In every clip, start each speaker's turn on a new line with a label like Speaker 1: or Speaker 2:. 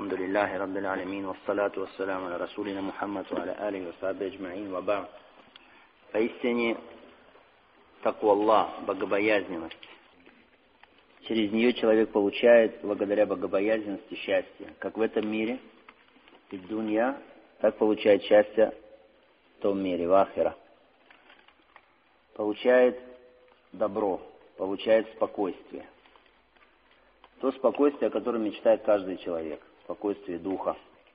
Speaker 1: Альхамдулиллахи Раббил Алямин, вассалату вассаляму аля Расулина Мухаммаду аля алихи ва сахбихи аджмаин, ва ба'д. Поистине, таква Аллах, богобоязненность. Через нее человек получает, благодаря богобоязненности, счастье. Как в этом мире, и в дунья, так получает счастье в том мире, в ахира. Получает добро, получает спокойствие. То спокойствие, о котором мечтает каждый человек. Спокойствие духа.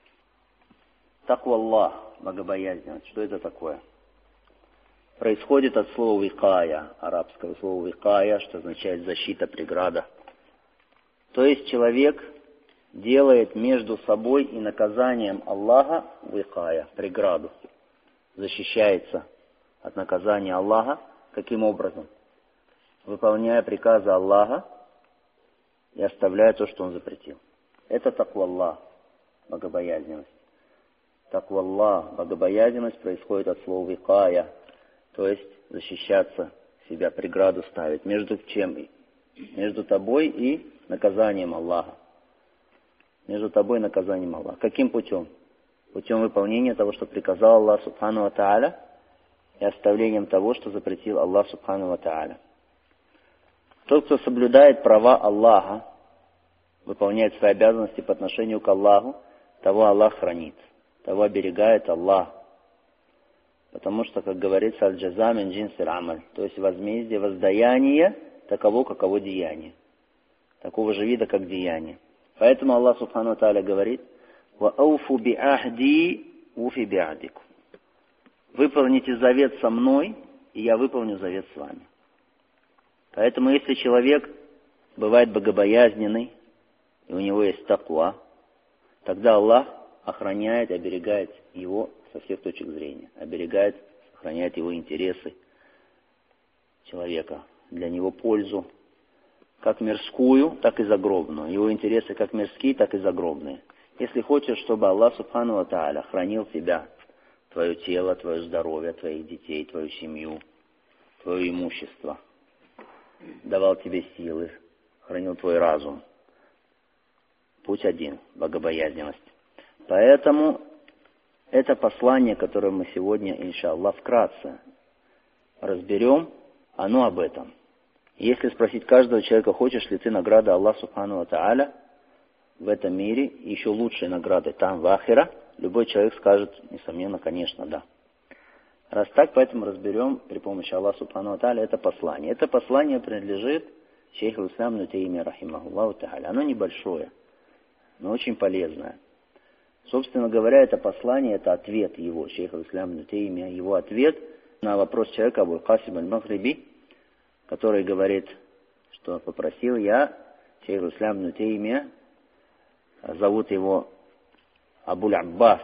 Speaker 1: Таква Аллах, богобоязненность. Что это такое? Происходит от слова «викая», арабского слова «викая», что означает «защита, преграда». То есть человек делает между собой и наказанием Аллаха «викая», преграду. Защищается от наказания Аллаха. Каким образом? Выполняя приказы Аллаха и оставляя то, что Он запретил. Это таква Аллах, богобоязненность. Таква Аллах, богобоязненность происходит от слова «викая», то есть защищаться, себя, преграду ставить. Между чем? Между тобой и наказанием Аллаха. Между тобой и наказанием Аллаха. Каким путем? Путем выполнения того, что приказал Аллах Субхану ва Тааля, и оставлением того, что запретил Аллах Субхану ва Тааля. Тот, кто соблюдает права Аллаха, выполняет свои обязанности по отношению к Аллаху, того Аллах хранит, того оберегает Аллах. Потому что, как говорится, аль-джаза мин джинсил амаль, то есть возмездие, воздаяние таково, каково деяние. Такого же вида, как деяние. Поэтому Аллах Субхану ва Тааля говорит: «Ва ауфу би ахди уфи би ахдику». Выполните завет со мной, и я выполню завет с вами. Поэтому, если человек бывает богобоязненный, и у него есть таква, тогда Аллах охраняет, оберегает его со всех точек зрения. Оберегает, охраняет его интересы человека, для него пользу, как мирскую, так и загробную. Его интересы как мирские, так и загробные. Если хочешь, чтобы Аллах Субхану ва Тааля хранил тебя, твое тело, твое здоровье, твоих детей, твою семью, твое имущество, давал тебе силы, хранил твой разум. Путь один – богобоязненность. Поэтому это послание, которое мы сегодня, иншаллах, вкратце разберем, оно об этом. Если спросить каждого человека, хочешь ли ты награды Аллаха Субхану ва Тааля в этом мире, и еще лучшей награды там, в ахира, любой человек скажет, несомненно, конечно, да. Раз так, поэтому разберем при помощи Аллаха Субхану ва Тааля это послание. Это послание принадлежит шейху ислам Ибн Таймия рахимахуллаху тааля. Оно небольшое, но очень полезное. Собственно говоря, это послание, это ответ его, шейху ислам Ибн Таймия, его ответ на вопрос человека Абуль Касим аль-Махриби, который говорит, что попросил я шейху ислам Ибн Таймия, зовут его Абуль Аббас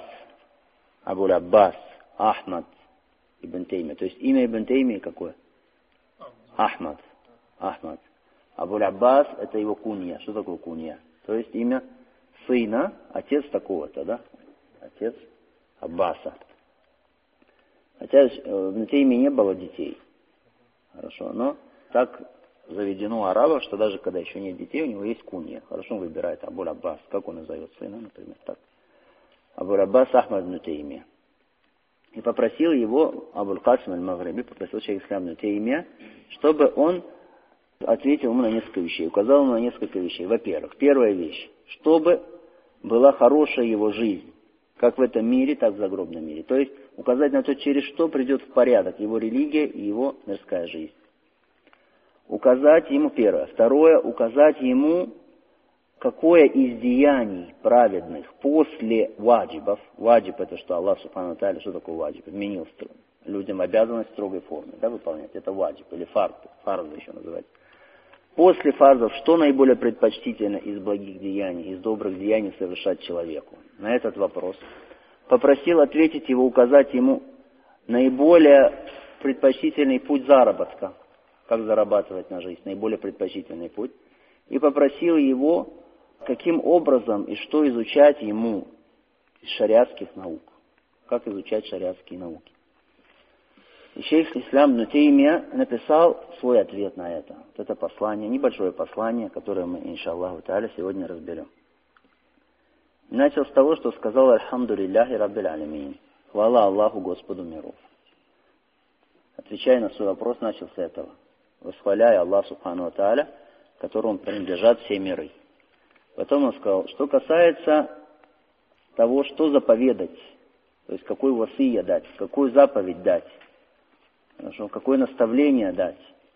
Speaker 1: Ахмад Ибн Таймия. То есть имя Ибн Таймии какое? Ахмад. Абуль Аббас – это его кунья. Что такое кунья? То есть имя сына, отец такого-то, да? Отец Аббаса. Хотя в Ибн Таймии не было детей. Хорошо, но так заведено у арабов, что даже когда еще нет детей, у него есть кунья. Хорошо, он выбирает Абуль Аббас. Как он назовет сына, например, так. Абуль Аббас Ахмад Ибн Таймия. И попросил его, Абуль Касим аль-Махриби, попросил шейх ислам Ибн Таймия, чтобы он ответил ему на несколько вещей, указал ему на несколько вещей. Во-первых, первая вещь, чтобы была хорошая его жизнь, как в этом мире, так и в загробном мире. То есть указать на то, через что придет в порядок его религия и его мирская жизнь. Указать ему первое. Второе, указать ему, какое из деяний праведных после ваджибов, ваджиб это что, Аллах Субхану ва Тааля, что такое ваджиб? Вменил людям обязанность в строгой форме, да, выполнять. Это ваджиб или фард еще называется. После фарзов, что наиболее предпочтительно из благих деяний, из добрых деяний совершать человеку? На этот вопрос попросил ответить его, указать ему наиболее предпочтительный путь заработка, как зарабатывать на жизнь, наиболее предпочтительный путь, и попросил его, каким образом и что изучать ему из шариатских наук, как изучать шариатские науки. И шейх ислам Ибн Таймия написал свой ответ на это. Вот это послание, небольшое послание, которое мы, иншаллаху тааля, сегодня разберем. Начал с того, что сказал «Альхамду лилляхи раббиль алямин». Хвала Аллаху, Господу миров. Отвечая на свой вопрос, начал с этого. Восхваляя Аллах Субхану ва Тааля, которому принадлежат все миры. Потом он сказал, что касается того, что заповедать, то есть какой васия дать, какую заповедь дать, хорошо, какое наставление дать,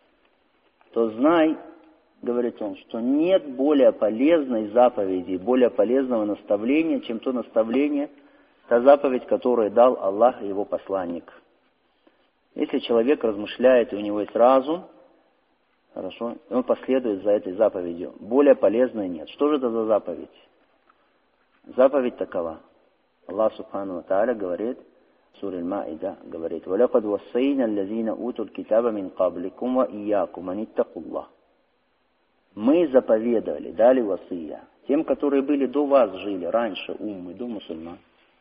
Speaker 1: то знай, говорит он, что нет более полезной заповеди, более полезного наставления, чем то наставление, та заповедь, которую дал Аллах и его посланник. Если человек размышляет, и у него есть разум, хорошо, и он последует за этой заповедью, более полезной нет. Что же это за заповедь? Заповедь такова. Аллах Субхану ва Тааля говорит, Сура Аль-Маида говорит, وَلَقَدْ وَصَّيْنَا الَّذِينَ أُوتُوا الْكِتَابَ مِنْ قَبْلِكُمْ وَإِيَّاكُمْ أَنِ اتَّقُوا اللَّهَ. Мы заповедовали, дали васия тем, которые были до вас, жили раньше, уммы, до мусульман.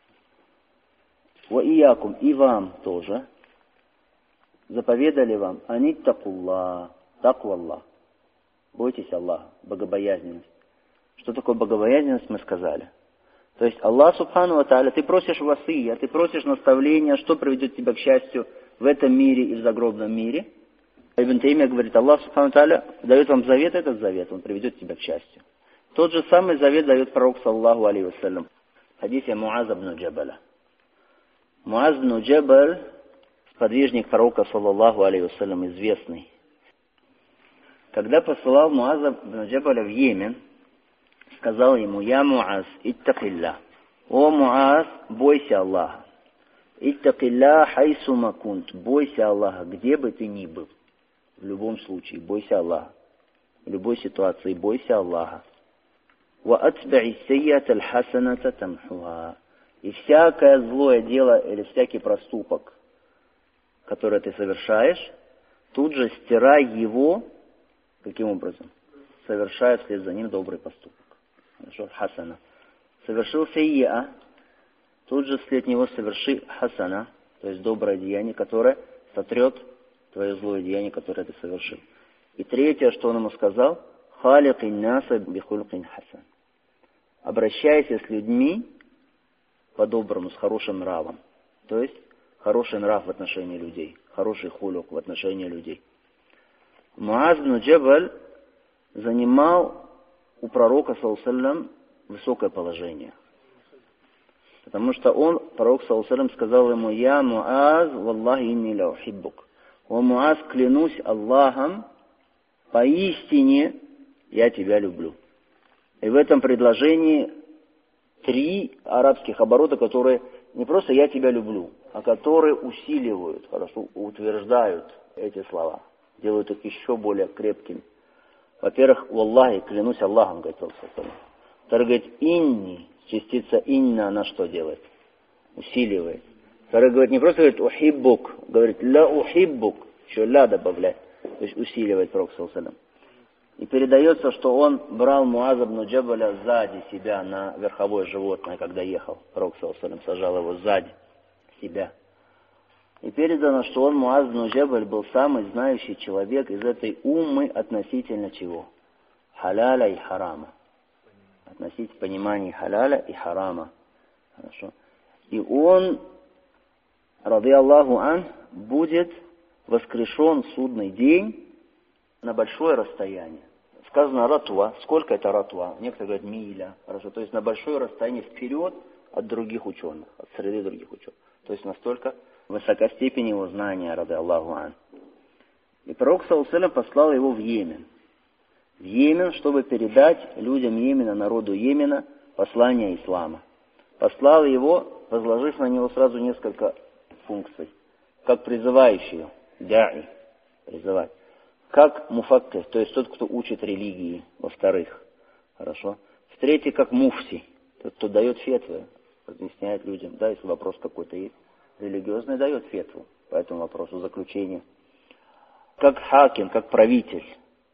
Speaker 1: وَإِيَّاكُمْ и вам тоже заповедали вам «Ани аттакуллах», «Таква Аллах». Бойтесь Аллаха, богобоязненность. Что такое богобоязненность, мы сказали. То есть Аллах Субхану ва Тааля, ты просишь васия, ты просишь наставления, что приведет тебя к счастью в этом мире и в загробном мире. Ибн Таймия говорит, Аллах Субхану ва Тааля дает вам завет, этот завет, он приведет тебя к счастью. Тот же самый завет дает пророк, саллаху алейхи вассалям, в хадисе Муаза бн Джабаля. Муаз бн Джабаль, сподвижник пророка, саллаллаху алейхи вассалям, известный. Когда посылал Муаза бн Джабаля в Йемен, сказал ему, «Я Муаз, иттакилля». «О Муаз, бойся Аллаха». «Иттакилля хайсу макунт». Бойся Аллаха, где бы ты ни был. В любом случае, бойся Аллаха. В любой ситуации, бойся Аллаха. «Ва атба'i сайят аль-хасаната тамхуха». И всякое злое дело или всякий проступок, который ты совершаешь, тут же стирай его. Каким образом? Совершая вслед за ним добрый поступок. Хорошо, хасана. Совершил сайя, тут же вслед него соверши хасана, то есть доброе деяние, которое сотрет твое злое деяние, которое ты совершил. И третье, что он ему сказал, халикин наса бихулькин хасан. Обращайся с людьми по-доброму, с хорошим нравом. То есть хороший нрав в отношении людей, хороший хулюк в отношении людей. Муаз бн Джабаль занимал у пророка, саллаллаху высокое положение. Потому что пророк, саллаллаху сказал ему, «Я Муаз, валлахи инни ла ухиббук». «О Муаз, клянусь Аллахом, поистине я тебя люблю». И в этом предложении 3 арабских оборота, которые не просто «я тебя люблю», а которые усиливают, хорошо, утверждают эти слова, делают их еще более крепкими. Во-первых, «Валлахи», клянусь Аллахом, говорит Аллах. Второй говорит, «Инни», частица «инна», она что делает? Усиливает. Второй говорит, не просто говорит «ухиббук», говорит «ла ухиббук», еще «ла» добавляет, то есть усиливает пророк, саллаллаху. И передается, что он брал Муаза бн Джабаля сзади себя на верховое животное, когда ехал. Пророк, саллаллаху, сажал его сзади себя. И передано, что он, Муаз бн Джабаль, был самый знающий человек из этой уммы относительно чего? Халяля и харама. Относительно понимания халяля и харама. Хорошо. И он, ради Аллаху ан, будет воскрешен в судный день на большое расстояние. Сказано ратуа. Сколько это ратуа? Некоторые говорят миля. Хорошо. То есть на большое расстояние вперед от других ученых, от среды других ученых. То есть настолько высока степень его знания, ради Аллаху ан. И пророк, саллаллаху, послал его в Йемен. В Йемен, чтобы передать людям Йемена, народу Йемена, послание ислама. Послал его, возложив на него сразу несколько функций. Как призывающий, да'i, призывать. Как муфакких, то есть тот, кто учит религии, во-вторых. Хорошо. В-третьих, как муфти, тот, кто дает фетвы, объясняет людям, да, если вопрос какой-то есть. Религиозный дает фетву по этому вопросу, заключение. Как хаким, как правитель,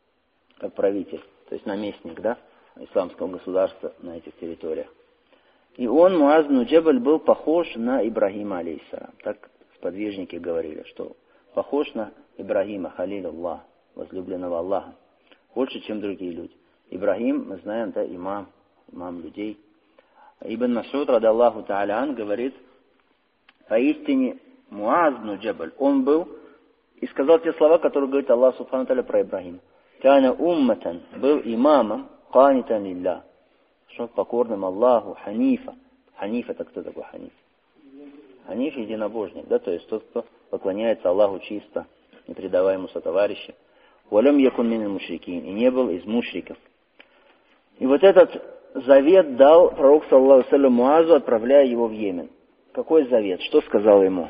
Speaker 1: то есть наместник, да, исламского государства на этих территориях. И он, Муаз бн Джабаль, был похож на Ибрагима, алейхиссалям. Так сподвижники говорили, что похож на Ибрагима, халиль Аллах, возлюбленного Аллаха, больше, чем другие люди. Ибрагим, мы знаем, да, имам людей. Ибн Мас'уд, ради Аллаху Та'аля, говорит, поистине Муаз бн Джабаль, он был и сказал те слова, которые говорит Аллах Субхану Та'аля про Ибрагима. Кана умматан, был имамом, канитан лилля, что покорным Аллаху, ханифа. Ханиф это кто такой ханиф? Ханиф единобожник, да, то есть тот, кто поклоняется Аллаху чисто, не предавая ему сотоварища. Валям якун минал мушрикин, и не был из мушриков. И вот этот завет дал пророк, саллаллаху алейхи ва саллям, Муазу, отправляя его в Йемен. Какой завет? Что сказал ему?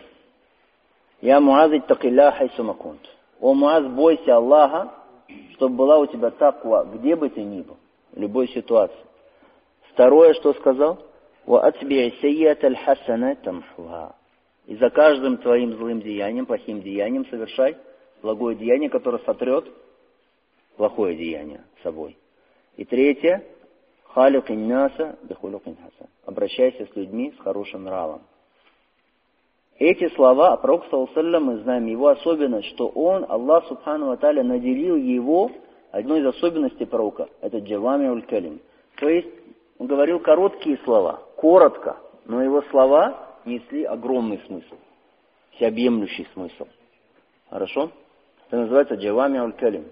Speaker 1: Я Муаз, иттакилля хайсу ма кунт. О Муаз, бойся Аллаха, чтобы была у тебя таква, где бы ты ни был, в любой ситуации. Второе, что сказал? Ва атби'и саййата аль-хасана тамхуха. И за каждым твоим злым деянием, плохим деянием совершай благое деяние, которое сотрет плохое деяние собой. И третье, халик иннаса бихулукин хасан. Обращайся с людьми с хорошим нравом. Эти слова, пророк, саллаллаху алейхи ва саллям, мы знаем его особенность, что он, Аллах Субхану ва Тааля, наделил его, одной из особенностей пророка, это джавамиуль калим. То есть, он говорил короткие слова, коротко, но его слова несли огромный смысл, всеобъемлющий смысл. Хорошо? Это называется джавамиуль калим.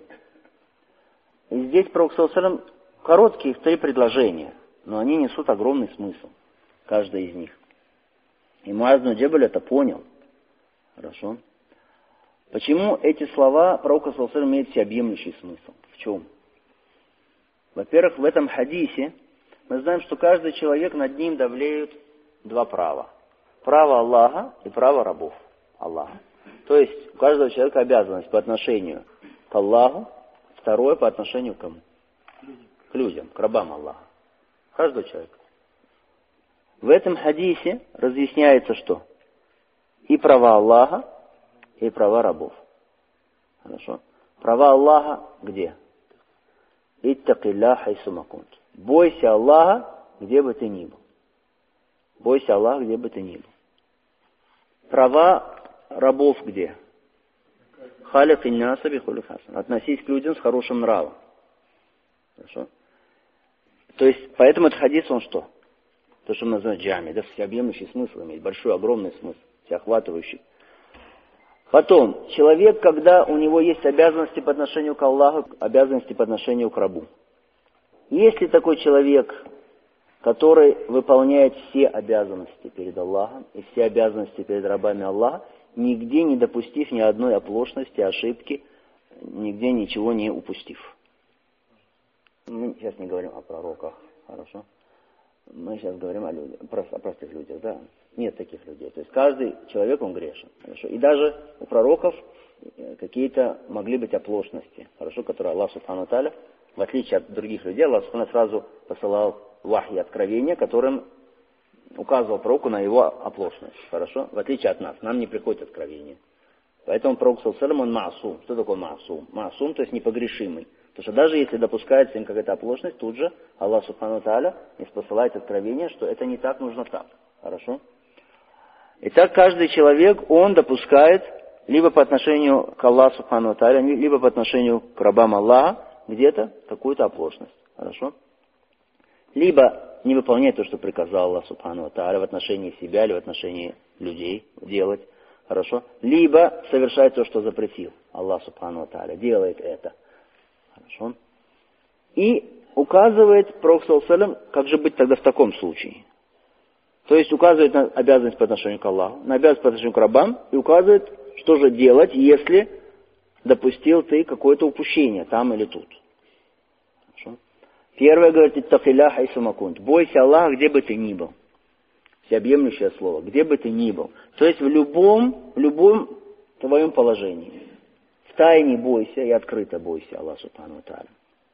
Speaker 1: И здесь пророк, саллаллаху алейхи ва саллям, короткие 3 предложения, но они несут огромный смысл, каждый из них. И Муаз бн Джабаль это понял. Хорошо? Почему эти слова пророка, саллаллаху алейхи ва саллям, имеют всеобъемлющий смысл? В чем? Во-первых, в этом хадисе мы знаем, что каждый человек, над ним давлеют 2 права. Право Аллаха и право рабов Аллаха. То есть у каждого человека обязанность по отношению к Аллаху, второе по отношению к кому? К людям, к рабам Аллаха. Каждого человека. В этом хадисе разъясняется, что и права Аллаха, и права рабов. Хорошо? Права Аллаха где? Иттакилля хайсу ма кунт. Бойся Аллаха, где бы ты ни был. Бойся Аллаха, где бы ты ни был. Права рабов где? Халик иннаса бихулукин хасан. Относись к людям с хорошим нравом. Хорошо? То есть, поэтому этот хадис, он что? То, что мы называем джами, да, всеобъемлющий смысл имеет, большой, огромный смысл, всеохватывающий. Потом, человек, когда у него есть обязанности по отношению к Аллаху, обязанности по отношению к рабу. Если такой человек, который выполняет все обязанности перед Аллахом и все обязанности перед рабами Аллаха, нигде не допустив ни одной оплошности, ошибки, нигде ничего не упустив. Мы сейчас не говорим о пророках, хорошо? Мы сейчас говорим о людях, о простых людях, да. Нет таких людей. То есть каждый человек, он грешен. Хорошо? И даже у пророков какие-то могли быть оплошности, хорошо, которые Аллах Субхану Тааля, в отличие от других людей, Аллах Субхану сразу посылал вахи, откровения, которым указывал пророку на его оплошность. Хорошо? В отличие от нас. Нам не приходит откровение. Поэтому пророк, саллаллаху алейхи ва саллям, он маасум. Что такое маасум? Маасум, то есть непогрешимый. Потому что даже если допускается им какая-то оплошность, тут же Аллах Субхану Тааля посылает откровение, что это не так, нужно так. Хорошо? Итак, каждый человек, он допускает либо по отношению к Аллаху Субхану Тааля, либо по отношению к рабам Аллаха где-то какую-то оплошность. Хорошо? Либо не выполняет то, что приказал Аллах Субхану Тааля в отношении себя или в отношении людей делать. Хорошо? Либо совершает то, что запретил Аллах Субхану Тааля. Делает это. Хорошо? И указывает пророк, саллаллаху алейхи ва саллям, как же быть тогда в таком случае. То есть указывает на обязанность по отношению к Аллаху, на обязанность по отношению к рабам, и указывает, что же делать, если допустил ты какое-то упущение там или тут. Хорошо? Первое говорит, иттакилля хайсу ма кунт. Бойся Аллаха, где бы ты ни был. Всеобъемлющее слово, где бы ты ни был. То есть в любом твоем положении. В тайне бойся и открыто бойся Аллаха Субхану ва Тааля.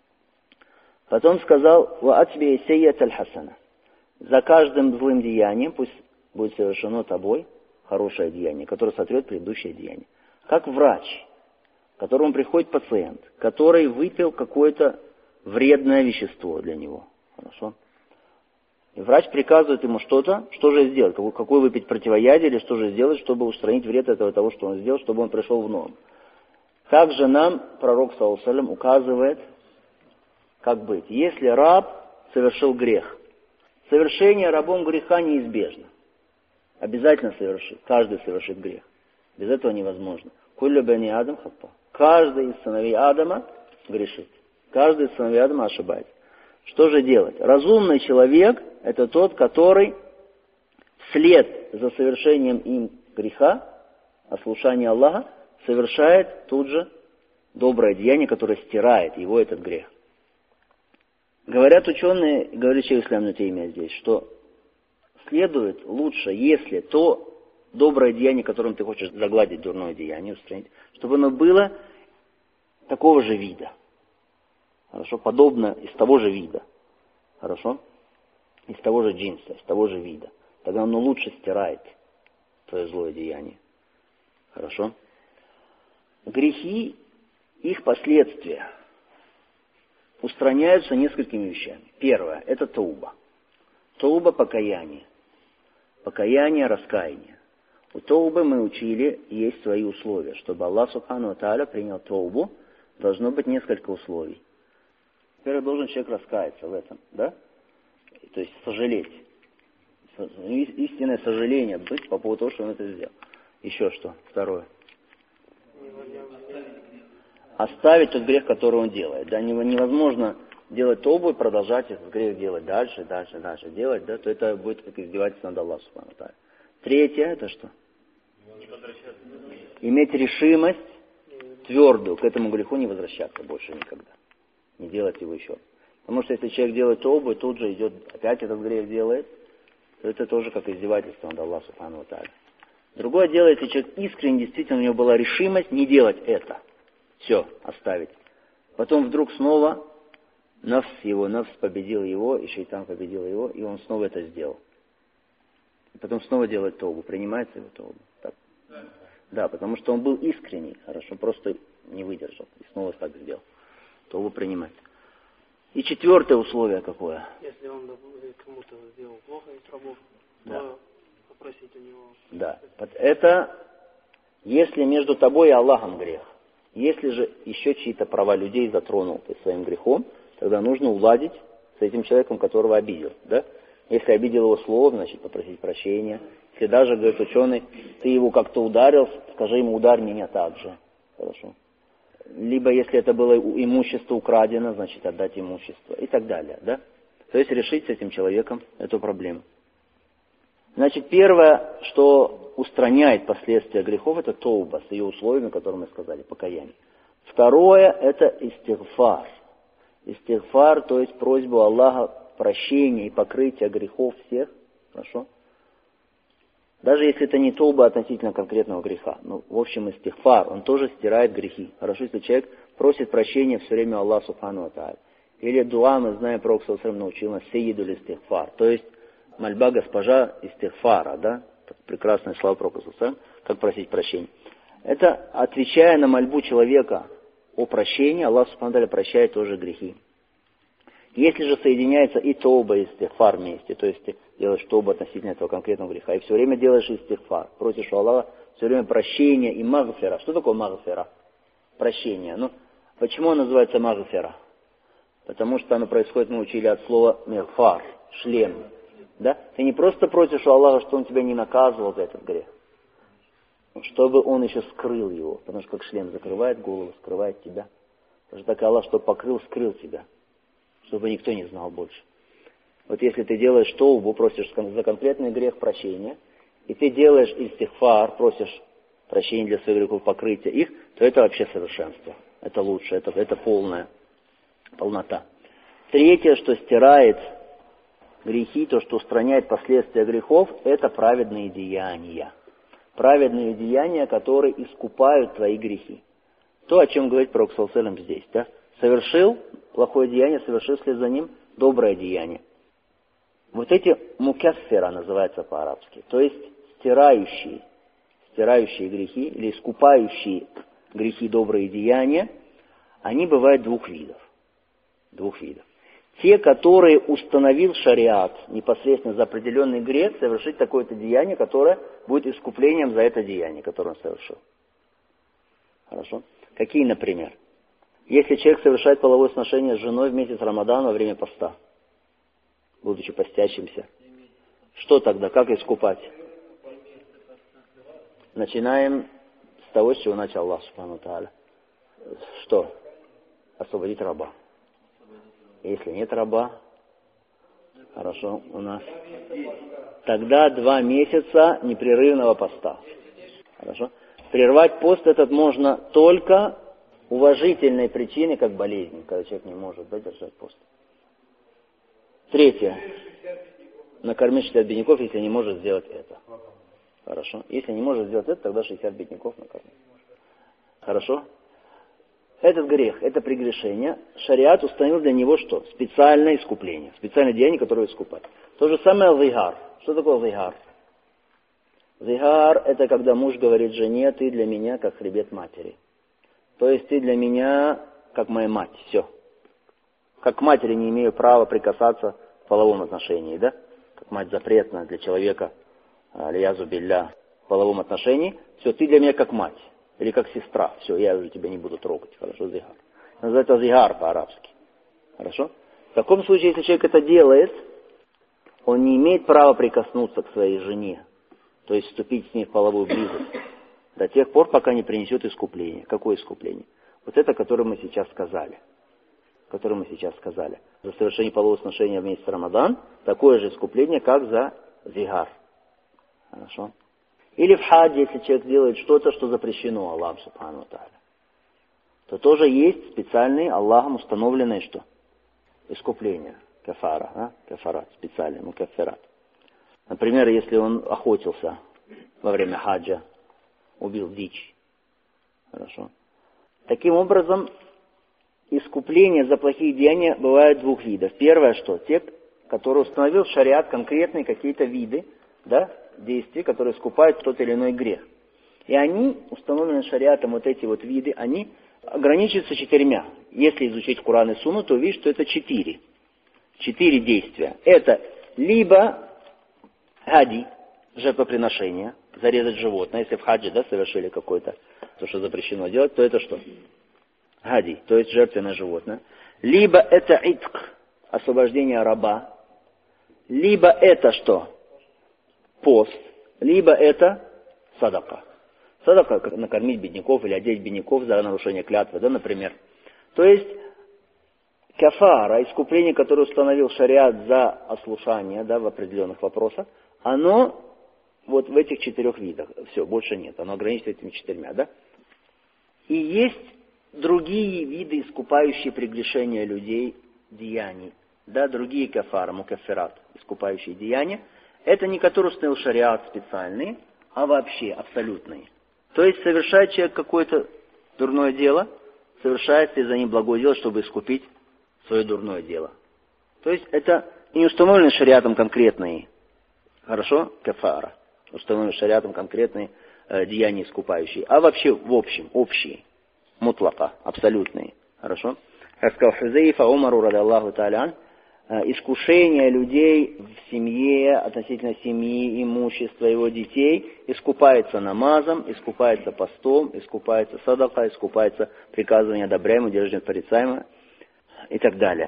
Speaker 1: Потом сказал, ва атби саййат аль-хасана. За каждым злым деянием пусть будет совершено тобой хорошее деяние, которое сотрет предыдущее деяние. Как врач, к которому приходит пациент, который выпил какое-то вредное вещество для него. Хорошо? И врач приказывает ему что-то, что же сделать, какое выпить противоядие, или что же сделать, чтобы устранить вред этого того, что он сделал, чтобы он пришел в норму. Также нам пророк, саллаллаху алейхи ва саллям, указывает, как быть. Если раб совершил грех, Совершение рабом греха неизбежно. Обязательно совершит. Каждый совершит грех. Без этого невозможно. Куллю бани Адам хатта. Каждый из сыновей Адама грешит. Каждый из сыновей Адама ошибается. Что же делать? Разумный человек – это тот, который вслед за совершением им греха, ослушания Аллаха, совершает тут же доброе деяние, которое стирает его этот грех. Говорят ученые, говорит шейх ислам Ибн Таймия здесь, что следует лучше, если то доброе деяние, которым ты хочешь загладить дурное деяние, устранить, чтобы оно было такого же вида. Хорошо? Подобно из того же вида. Хорошо? Из того же джинса, из того же вида. Тогда оно лучше стирает твое злое деяние. Хорошо? Грехи, их последствия устраняются несколькими вещами. Первое – это тауба. Тауба – покаяние. Покаяние – раскаяние. У таубы мы учили, есть свои условия. Чтобы Аллах Субхану ва Тааля принял таубу, должно быть несколько условий. Первое, должен человек раскаяться в этом, да? То есть сожалеть. Истинное сожаление быть по поводу того, что он это сделал. Еще что? Второе. Оставить тот грех, который он делает. Да, невозможно делать таубу и продолжать этот грех делать дальше делать, да, то это будет как издевательство над Аллахом Субхану ва Тааля. Третье, это что? Иметь решимость твердую к этому греху не возвращаться больше никогда. Не делать его еще. Потому что если человек делает таубу и тут же идет, опять этот грех делает, то это тоже как издевательство над Аллахом Субхану ва Тааля. Другое дело, если человек искренне, действительно у него была решимость не делать это. Все, оставить. Потом вдруг снова нафс победил его, и шайтан победил его, и он снова это сделал. И потом снова делает таубу. Принимается его таубу? Так? Да, потому что он был искренний, хорошо, просто не выдержал. И снова так сделал. Таубу принимать. И четвертое условие какое?
Speaker 2: Если он кому-то сделал плохо из рабов,
Speaker 1: да,
Speaker 2: то попросить у него...
Speaker 1: Да, это если между тобой и Аллахом грех. Если же еще чьи-то права людей затронул ты своим грехом, тогда нужно уладить с этим человеком, которого обидел. Да? Если обидел его словом, значит попросить прощения. Если даже, говорит ученый, ты его как-то ударил, скажи ему, ударь меня так же. Хорошо. Либо если это было имущество украдено, значит отдать имущество и так далее. Да? То есть решить с этим человеком эту проблему. Значит, первое, что устраняет последствия грехов, это тауба с ее условиями, которые мы сказали, покаяние. Второе, это истигфар. Истигфар, то есть просьбу Аллаха прощения и покрытия грехов всех. Хорошо? Даже если это не тауба относительно конкретного греха. Ну, в общем, истигфар, он тоже стирает грехи. Хорошо, если человек просит прощения все время Аллаха Субхану ва Тааля. Или дуа, мы знаем, Пророк саллаллаху алейхи ва саллям научил нас сейидуль истигфар. То есть мольба госпожа истигфара, да? Прекрасная слава Пророка саллаллаху алейхи ва саллям, как просить прощения. Это, отвечая на мольбу человека о прощении, Аллах Субхану ва Тааля прощает тоже грехи. Если же соединяется и тауба, и истигфар вместе, то есть ты делаешь таубу относительно этого конкретного греха, и все время делаешь истигфар, просишь у Аллаха все время прощения и магфира. Что такое магфира? Прощение. Ну, почему оно называется магфира? Потому что оно происходит, мы учили от слова мигфар, шлем. Да? Ты не просто просишь у Аллаха, чтобы он тебя не наказывал за этот грех, чтобы он еще скрыл его, потому что как шлем закрывает голову, скрывает тебя. Потому что так Аллах, чтобы покрыл, скрыл тебя, чтобы никто не знал больше. Вот если ты делаешь таубу, просишь за конкретный грех прощения, и ты делаешь истигфар, просишь прощения для своих грехов, покрытия их, то это вообще совершенство. Это лучше, это полнота. Третье, что стирает грехи, то, что устраняет последствия грехов, это праведные деяния. Праведные деяния, которые искупают твои грехи. То, о чем говорит Пророк саллаллаху алейхи ва саллям здесь. Да? Совершил плохое деяние, совершил вслед за ним доброе деяние. Вот эти мукаффира называются по-арабски. То есть стирающие грехи или искупающие грехи добрые деяния, они бывают двух видов. Те, которые установил шариат непосредственно за определенный грех, совершить такое-то деяние, которое будет искуплением за это деяние, которое он совершил. Хорошо? Какие, например? Если человек совершает половое сношение с женой в месяц Рамадан во время поста. будучи постящимся. Что тогда? Как искупать? Начинаем с того, с чего начал Аллах Субхану Тааля. Что? Освободить раба. Если нет раба, хорошо, у нас. Тогда 2 месяца непрерывного поста. Хорошо? Прервать пост этот можно только уважительной причиной, как болезнь, когда человек не может держать пост. 3. Накормить 60 бедняков, если не может сделать это. Хорошо? Если не может сделать это, тогда 60 бедняков накормить. Хорошо? Этот грех, это прегрешение, шариат установил для него что? Специальное искупление, специальное деяние, которое искупать. То же самое зихар. Что такое зихар? Зихар – это когда муж говорит жене: ты для меня как хребет матери. То есть ты для меня как моя мать. Все. Как к матери не имею права прикасаться в половом отношении, да? Как мать запретна для человека, алиязу билля, в половом отношении. Все, ты для меня как мать. Или как сестра. Все, я уже тебя не буду трогать. Хорошо, зихар. Называется зихар по-арабски. Хорошо? В таком случае, если человек это делает, он не имеет права прикоснуться к своей жене. То есть вступить с ней в половую близость. До тех пор, пока не принесет искупление. Какое искупление? Вот это, которое мы сейчас сказали. За совершение полового сношения в месяц Рамадан, такое же искупление, как за зихар. Хорошо? Или в хаджи, если человек делает что-то, что запрещено Аллахом Субхану ва Тааля, то тоже есть специальные Аллахом установленные что? Искупления. Кафара, кафарат, специальный мукаффират. Например, если он охотился во время хаджа, убил дичь. Хорошо. Таким образом, искупление за плохие деяния бывает 2 видов. Первое, что? Те, которые установил шариат, конкретные какие-то виды, да, действий, которые искупают тот или иной грех. И они, установлены шариатом, вот эти вот виды, они ограничиваются 4. Если изучить Коран и Сунну, то увидишь, что это 4. 4 действия. Это либо хади, жертвоприношение, зарезать животное. Если в хаджи, да, совершили какое-то, то, что запрещено делать, то это что? Хади, то есть жертвенное животное. Либо это итк, освобождение раба. Либо это что? Пост. Либо это садака. Садака, как накормить бедняков или одеть бедняков за нарушение клятвы, да, например. То есть кафара, искупление, которое установил шариат за ослушание, да, в определенных вопросах, оно вот в этих 4 видах. Все, больше нет. Оно ограничивается этими 4, да. И есть другие виды, искупающие прегрешения людей, деяний. Да, другие кафара, мукаффират, искупающие деяния. Это не которые установил шариат специальные, а вообще абсолютные. То есть совершает человек какое-то дурное дело, совершает ли за ним благое дело, чтобы искупить свое дурное дело. То есть это не установлены шариатом конкретные, хорошо, кафара, установлены шариатом конкретные деяния искупающие, а вообще в общем, общие, мутлака, абсолютные, хорошо. Как сказал Хузейфа Умару, ради Аллаху Тааля, искушение людей в семье, относительно семьи, имущества, его детей, искупается намазом, искупается постом, искупается садака, искупается приказывание одобряемого, держание порицаемого и так далее.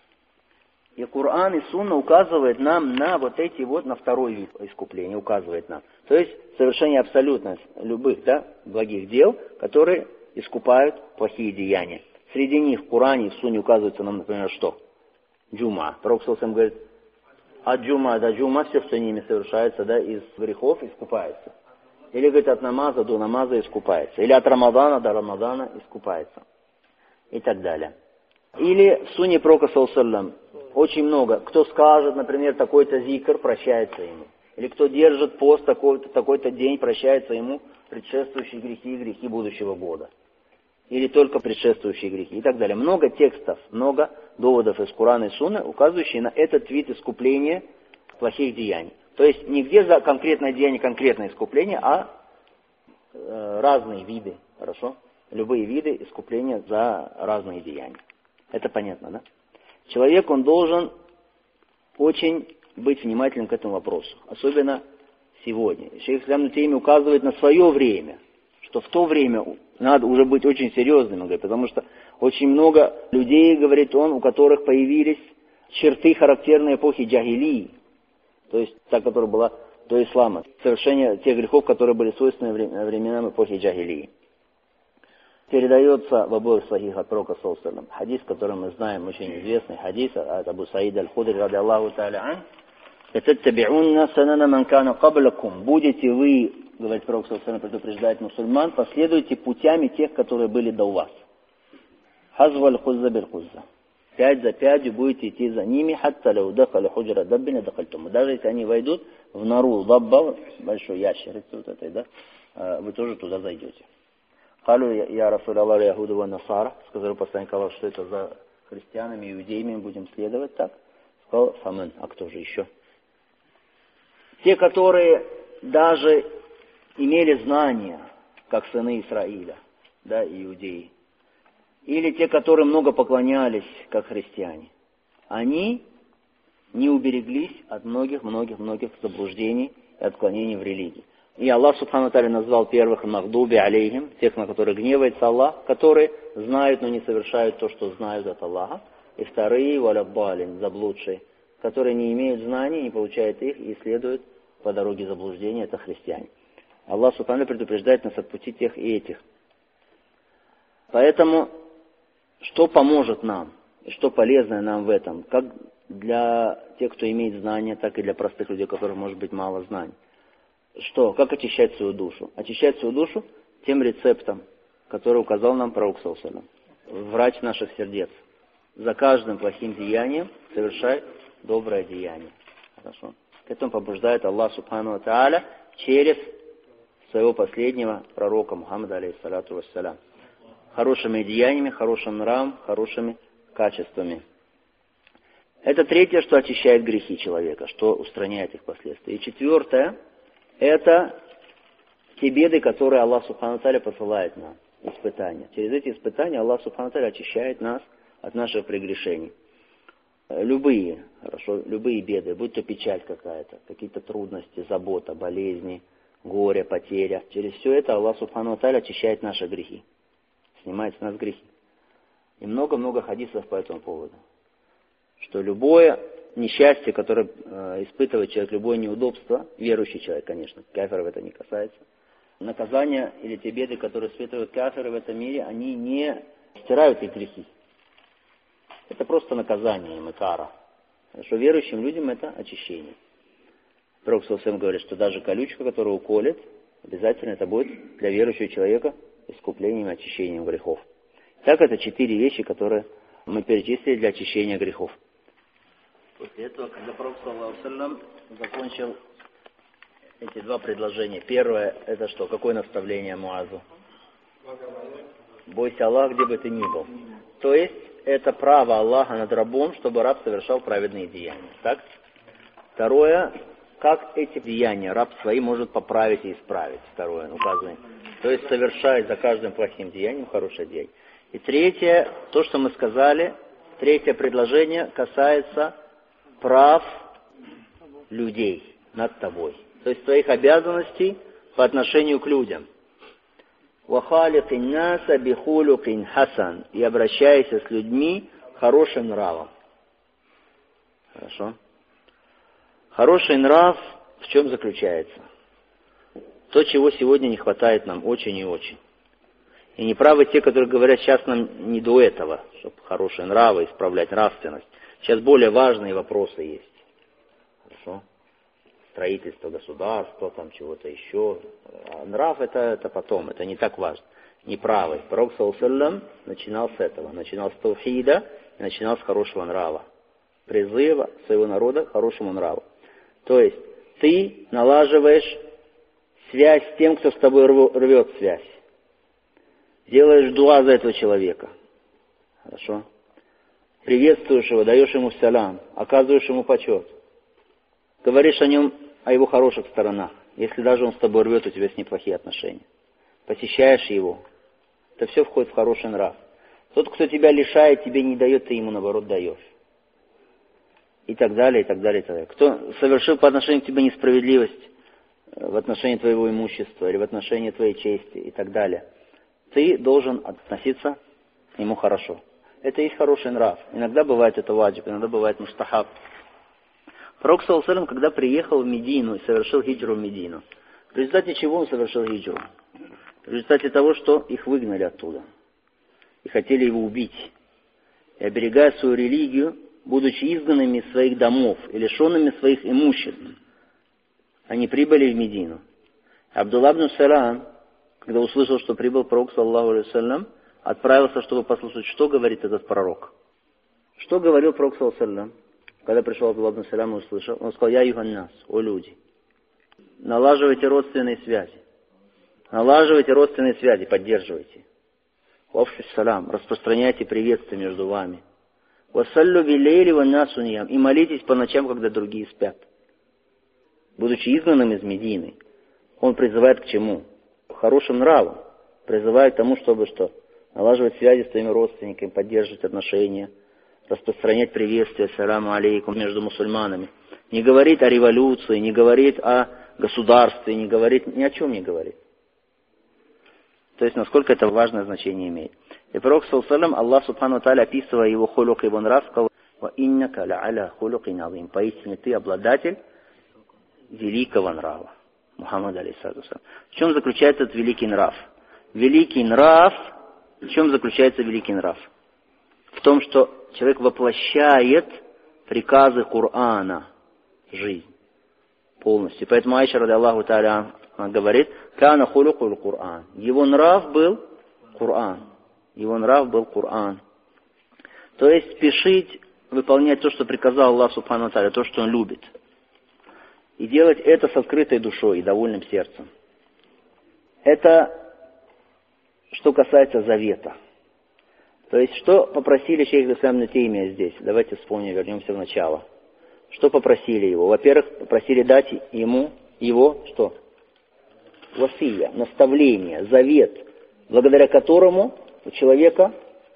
Speaker 1: И Коран и Сунна указывает нам на вот эти вот, на 2 вид искупления, указывает нам. То есть совершение абсолютно любых, да, благих дел, которые искупают плохие деяния. Среди них в Коране и в Сунне указывается нам, например, что? Джума. Пророк саллаллаху алейхи ва саллям говорит, от джума до джума все, что ними совершается, да, из грехов искупается. Или, говорит, от намаза до намаза искупается. Или от Рамадана до Рамадана искупается. И так далее. Или в сунне пророка саллаллаху алейхи ва саллям очень много. Кто скажет, например, такой-то зикр, прощается ему. Или кто держит пост такой-то день, прощается ему предшествующие грехи и грехи будущего года. Или только предшествующие грехи и так далее. Много текстов, много доводов из Корана и Сунны, указывающие на этот вид искупления плохих деяний. То есть не где за конкретное деяние конкретное искупление, а разные виды, хорошо? Любые виды искупления за разные деяния. Это понятно, да? Человек, он должен очень быть внимательным к этому вопросу. Особенно сегодня. Шейх Ислам Ибн Таймия указывает на свое время, что в то время надо уже быть очень серьезным, потому что очень много людей, говорит он, у которых появились черты, характерные эпохи джахилии, то есть та, которая была до ислама, совершение тех грехов, которые были свойственны временам эпохи джахилии. Передается в обоих сахих от пророка саллаллаху алейхи ва саллям хадис, который мы знаем, очень известный хадис от Абу Саида аль-Худри, ради Аллаху та'аля ан. «Таттаби'унна санана ман кана каблакум». Будете вы, говорит пророк саллаллаху алейхи ва саллям, предупреждать мусульман, последуйте путями тех, которые были до вас. Хазваль хузза биль хузза. Пять за пятью будете идти за ними, хатта ля удахали худжра даббина дахальтум. Даже если они войдут в нору дабба, большой ящерицы вот этой, да, вы тоже туда зайдете. Халю я Расуль Аллах Яхуду ва Насара, сказал посланник Аллаха, что это за христианами, иудеями будем следовать так. Сказал фамен, а кто же еще? Те, которые даже имели знания, как сыны Исраиля, да, иудеи, или те, которые много поклонялись, как христиане, они не убереглись от многих заблуждений и отклонений в религии. И Аллах Субхану ва Тааля назвал первых магдуби алейхим, тех, на которых гневается Аллах, которые знают, но не совершают то, что знают от Аллаха. И вторые, валяббалин, заблудшие, которые не имеют знаний, не получают их и следуют по дороге заблуждения, это христиане. Аллах Субхану ва Тааля предупреждает нас от пути тех и этих. Поэтому, что поможет нам, и что полезное нам в этом, как для тех, кто имеет знания, так и для простых людей, у которых может быть мало знаний. Что? Как очищать свою душу? Очищать свою душу тем рецептом, который указал нам пророк саллаллаху алейхи ва саллям, врач наших сердец. За каждым плохим деянием совершай доброе деяние. Хорошо? К этому побуждает Аллах Субхану ва Тааля через своего последнего пророка Мухаммада алейхиссалату вассалям. Хорошими деяниями, хорошим нравом, хорошими качествами. Это третье, что очищает грехи человека, что устраняет их последствия. И четвертое, это те беды, которые Аллах Субхану ва Тааля посылает нам, испытания. Через эти испытания Аллах Субхану ва Тааля очищает нас от наших прегрешений. Любые беды, будь то печаль какая-то, какие-то трудности, забота, болезни, горе, потеря. Через все это Аллах Субхану ва Тааля очищает наши грехи, снимает с нас грехи. И много-много хадисов по этому поводу. Что любое несчастье, которое испытывает человек, любое неудобство, верующий человек, конечно, кафиров это не касается, наказания или те беды, которые испытывают кафиры в этом мире, они не стирают их грехи. Это просто наказание им и кара. Что верующим людям это очищение. Пророк саллаллаху алейхи ва саллям говорит, что даже колючка, которая уколет, обязательно это будет для верующего человека искуплением и очищением грехов. Так это 4 вещи, которые мы перечислили для очищения грехов. После этого, когда пророк саллаллаху алейхи ва саллям закончил эти 2 предложения. Первое, это что? Какое наставление Муазу? Бойся Аллаха, где бы ты ни был. То есть, это право Аллаха над рабом, чтобы раб совершал праведные деяния. Так? Второе, как эти деяния раб свои может поправить и исправить. Второе, указывание. То есть, совершать за каждым плохим деянием хорошее деяние. И третье, то, что мы сказали, третье предложение касается прав людей над тобой. То есть твоих обязанностей по отношению к людям. وَخَالِقِ النَّاسَ بِخُلُقٍ حَسَنٍ. И обращайся с людьми хорошим нравом. Хорошо? Хороший нрав в чем заключается? То, чего сегодня не хватает нам очень и очень. И неправы те, которые говорят, сейчас нам не до этого, чтобы хорошие нравы, исправлять нравственность. Сейчас более важные вопросы есть. Хорошо? Строительство государства, там чего-то еще. А нрав это потом, это не так важно. Неправый. Пророк саллаллаху алейхи ва саллям начинал с этого. Начинал с таухида и начинал с хорошего нрава. Призыва своего народа к хорошему нраву. То есть ты налаживаешь связь с тем, кто с тобой рвет связь. Делаешь дуа за этого человека. Хорошо? Приветствуешь его, даешь ему салам, оказываешь ему почет. Говоришь о нем, о его хороших сторонах. Если даже он с тобой рвет, у тебя с ним плохие отношения. Посещаешь его. Это все входит в хороший нрав. Тот, кто тебя лишает, тебе не дает, ты ему наоборот даешь. И так далее, и так далее, и так далее. Кто совершил по отношению к тебе несправедливость в отношении твоего имущества или в отношении твоей чести и так далее, ты должен относиться к нему хорошо. это есть хороший нрав. Иногда бывает это ваджиб, иногда бывает мустахаб. Пророк, саллаллаху алейхи ва саллям, когда приехал в Медину и совершил хиджру в Медину, в результате чего он совершил хиджру? В результате того, что их выгнали оттуда. И хотели его убить. И оберегая свою религию, будучи изгнанными из своих домов и лишенными своих имуществ, они прибыли в Медину. Абдулла ибн Салам, когда услышал, что прибыл пророк, саллаллаху алейхи ва саллям, отправился, чтобы послушать, что говорит этот пророк. Что говорил пророк, саллаллаху алейхи ва саллям, когда пришел Абдулла ибн Салам и услышал? Он сказал: «Я юханнас, о люди, налаживайте родственные связи. Налаживайте родственные связи, поддерживайте. Вафшу салам, распространяйте приветствие между вами. Вассаллю билейли ваннасу ниям, и молитесь по ночам, когда другие спят». Будучи изгнанным из Медины, он призывает к чему? К хорошим нравам. Призывает к тому, чтобы что? Налаживать связи с твоими родственниками, поддерживать отношения, распространять приветствие, саламу алейкум, между мусульманами. Не говорит о революции, не говорит о государстве, не говорит, ни о чем не говорит. То есть, насколько это важное значение имеет. И пророк, саллаллаху алейхи ва саллям, Аллах субхану ва тааля, описывая его хулук, его нрав, сказал: «Ва иннака ля аля хулукин азим». Поистине ты обладатель великого нрава. Мухаммад алейхиссалату вассалям. В чем заключается этот великий нрав? Великий нрав, в чем заключается великий нрав? В том, что человек воплощает приказы Корана в жизнь полностью. Поэтому Айша, ради Аллаху тааля, говорит: «Кана хулукул Коран». Его нрав был Коран. Его нрав был Коран. То есть спешить выполнять то, что приказал Аллах субхану ва тааля, то, что он любит. И делать это с открытой душой и довольным сердцем. Это что касается завета. То есть, что попросили шейх ислам ибн Теймия здесь? Давайте вспомним, вернемся в начало. Что попросили его? Во-первых, попросили дать ему его, что? Васия, наставление, завет, благодаря которому у человека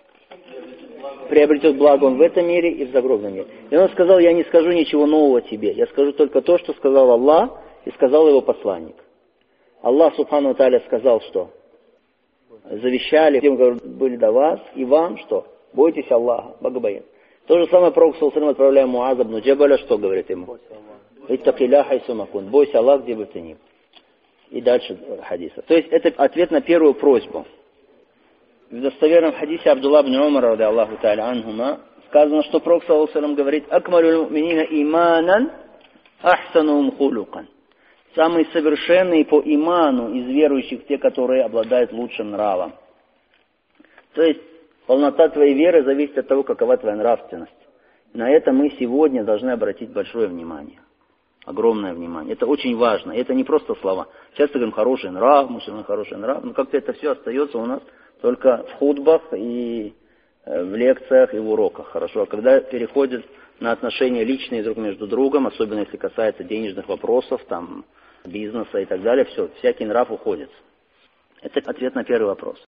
Speaker 1: приобретет благо он в этом мире и в загробном мире. И он сказал: «Я не скажу ничего нового тебе, я скажу только то, что сказал Аллах и сказал его посланник». Аллах субхану ва тааля сказал, что? Завещали, тем, которые были до вас, и вам, что? Бойтесь Аллаха, богобоязнь. То же самое пророк, саллаллаху алейхи ва саллям, отправляя Муаза ибн Джабаля, что говорит ему? «Иттакилля хайсу макун». Бойся Аллаха, где бы ты ни был. И дальше хадиса. То есть это ответ на первую просьбу. В достоверном хадисе Абдулла ибн Умара, ради Аллаху тааля анхума, сказано, что пророк, саллаллаху алейхи ва саллям, говорит: «Акмалюл муминина иманан, ахсанум хулукан». Самые совершенные по иману из верующих те, которые обладают лучшим нравом. То есть полнота твоей веры зависит от того, какова твоя нравственность. На это мы сегодня должны обратить большое внимание. Огромное внимание. Это очень важно. Это не просто слова. Часто говорим хороший нрав, мусульман хороший нрав, но как-то это все остается у нас только в хутбах и в лекциях и в уроках. Хорошо. А когда переходит на отношения личные друг между другом, особенно если касается денежных вопросов, там, бизнеса и так далее, все, всякий нрав уходит. Это ответ на первый вопрос.